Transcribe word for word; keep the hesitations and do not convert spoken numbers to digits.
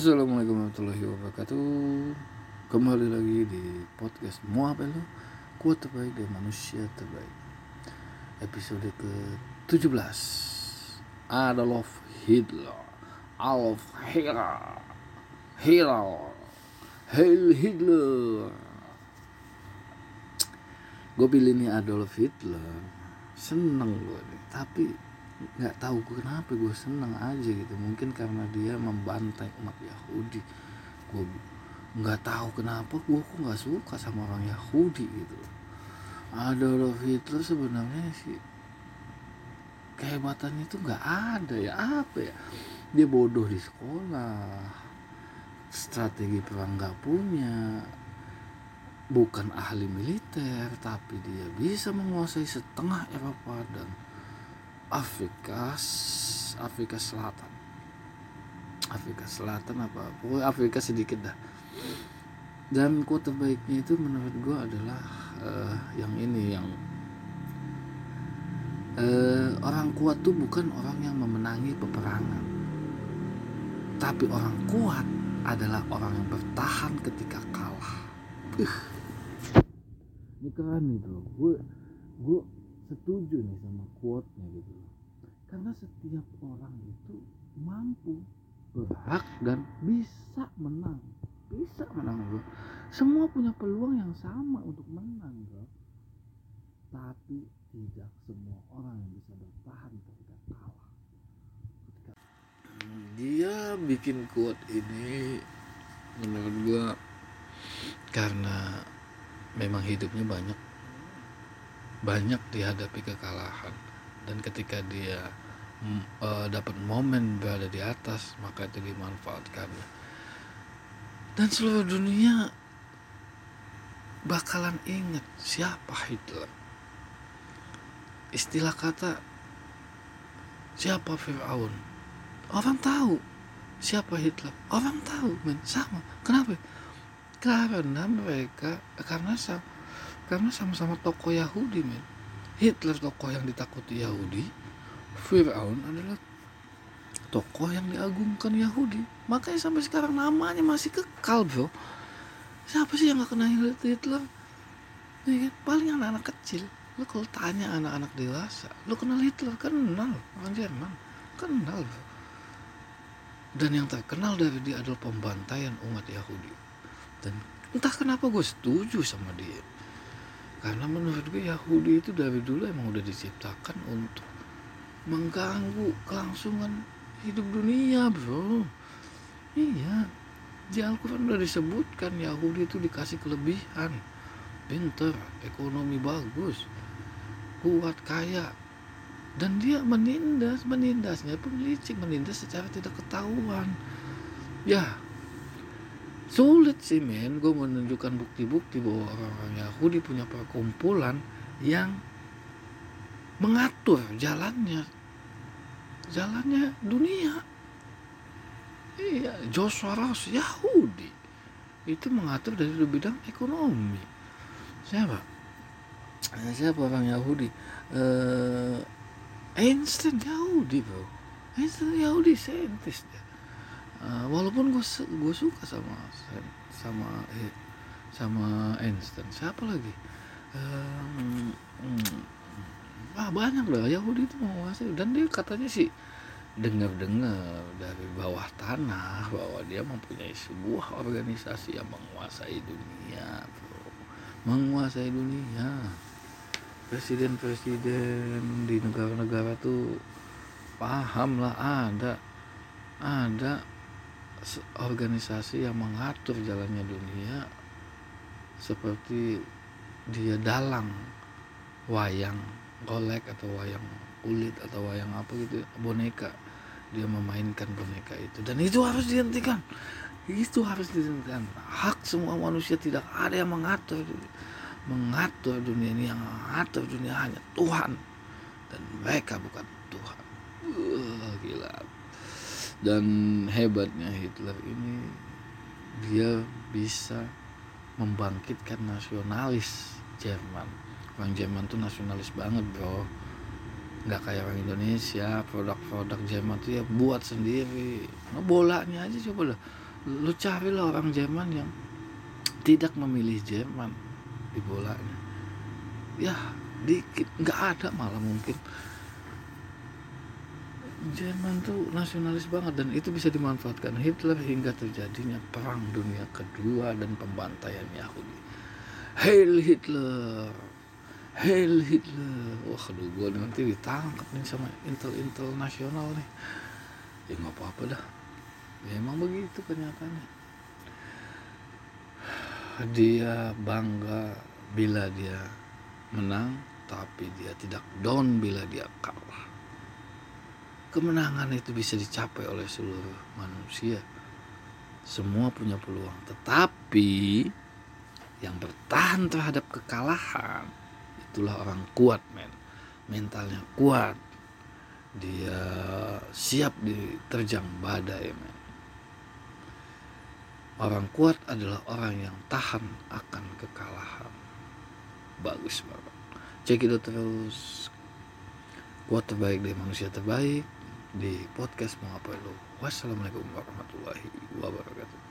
Assalamualaikum warahmatullahi wabarakatuh. Kembali lagi di podcast Muapelo, Kuat Terbaik dan Manusia Terbaik. Episode ke tujuh belas, Adolf Hitler. Adolf Hitler. Hitler. Heil Hitler. Gue pilih nih Adolf Hitler. Seneng gue nih, tapi nggak tahu kenapa gue seneng aja gitu. Mungkin karena dia membantai umat Yahudi. Gue nggak tahu kenapa gue kok nggak suka sama orang Yahudi gitu. Adolf Hitler sebenarnya sih kehebatannya itu nggak ada ya, apa ya, dia bodoh di sekolah, strategi perang nggak punya, bukan ahli militer, tapi dia bisa menguasai setengah Eropa dan Afrika Afrika Selatan Afrika Selatan apa pokoknya Afrika sedikit dah. Dan quote terbaiknya itu menurut gue adalah uh, yang ini yang uh, orang kuat tuh bukan orang yang memenangi peperangan, tapi orang kuat adalah orang yang bertahan ketika kalah. uh. Ini keren itu. Gue gue setuju nih sama quote-nya gitu. Karena setiap orang itu mampu, berhak dan bisa menang. Bisa menang bro. Semua punya peluang yang sama untuk menang bro. Tapi tidak semua orang yang bisa bertahan ketika kalah. Ketika... Dia bikin quote ini menurut gue karena memang hidupnya banyak banyak dihadapi kekalahan, dan ketika dia uh, dapat momen berada di atas, maka itu dimanfaatkannya, dan seluruh dunia bakalan ingat siapa Hitler. Istilah kata siapa Firaun, orang tahu. Siapa Hitler, orang tahu men. Sama. Kenapa? Karena mereka karena sama karena sama-sama tokoh Yahudi men. Hitler tokoh yang ditakuti Yahudi, Firaun adalah tokoh yang diagungkan Yahudi. Makanya sampai sekarang namanya masih kekal bro. Siapa sih yang gak kenal Hitler? Ya kan? Paling anak-anak kecil. Lo kalau tanya anak-anak dewasa, lo kenal Hitler? Kenal. Orang Jerman kenal bro. Dan yang terkenal dari dia adalah pembantaian umat Yahudi. Dan entah kenapa gue setuju sama dia, karena menurut gue Yahudi itu dari dulu emang udah diciptakan untuk mengganggu kelangsungan hidup dunia bro. Iya, di Al-Quran udah disebutkan Yahudi itu dikasih kelebihan, pinter, ekonomi bagus, kuat, kaya, dan dia menindas menindasnya pun licik, menindas secara tidak ketahuan. Ya sulit sih men gue menunjukkan bukti-bukti bahwa orang-orang Yahudi punya perkumpulan yang mengatur jalannya jalannya dunia. Iya, George Soros Yahudi itu mengatur dari bidang ekonomi. Siapa siapa orang Yahudi? uh, Einstein Yahudi bro. Einstein Yahudi, saintis dia. Uh, walaupun gue gue suka sama sama eh, sama Einstein. Siapa lagi? Um, hmm, ah banyak lah Yahudi itu menguasai, dan dia katanya sih dengar-dengar dari bawah tanah bahwa dia mempunyai sebuah organisasi yang menguasai dunia, bro. Menguasai dunia. Presiden-presiden di negara-negara tuh paham lah, ada ada organisasi yang mengatur jalannya dunia, seperti dia dalang wayang golek atau wayang kulit atau wayang apa gitu, boneka, dia memainkan boneka itu, dan itu harus dihentikan. Itu harus dihentikan. Hak semua manusia, tidak ada yang mengatur mengatur dunia ini. Yang mengatur dunia hanya Tuhan, dan mereka bukan Tuhan. uh, gila. Dan hebatnya Hitler ini, dia bisa membangkitkan nasionalis Jerman. Orang Jerman tuh nasionalis banget bro, nggak kayak orang Indonesia. Produk-produk Jerman tuh ya buat sendiri. Nah, bolanya aja coba lah, Lu carilah orang Jerman yang tidak memilih Jerman di bolanya. Ya dikit, nggak ada malah mungkin. Jerman tuh nasionalis banget, dan itu bisa dimanfaatkan Hitler hingga terjadinya Perang Dunia Kedua dan pembantaian Yahudi. Heil Hitler, Heil Hitler. Wah, aduh, gue nanti ditangkap nih sama intel-intel nasional nih. Ya nggak apa-apa dah. Ya emang begitu kenyataannya. Dia bangga bila dia menang, tapi dia tidak down bila dia kalah. Kemenangan itu bisa dicapai oleh seluruh manusia. Semua punya peluang, tetapi yang bertahan terhadap kekalahan itulah orang kuat, men. Mentalnya kuat. Dia siap diterjang badai, men. Orang kuat adalah orang yang tahan akan kekalahan. Bagus banget. Cek itu terus. Kuat terbaik dari manusia terbaik di podcast Mau Apa Lu. Wassalamualaikum warahmatullahi wabarakatuh.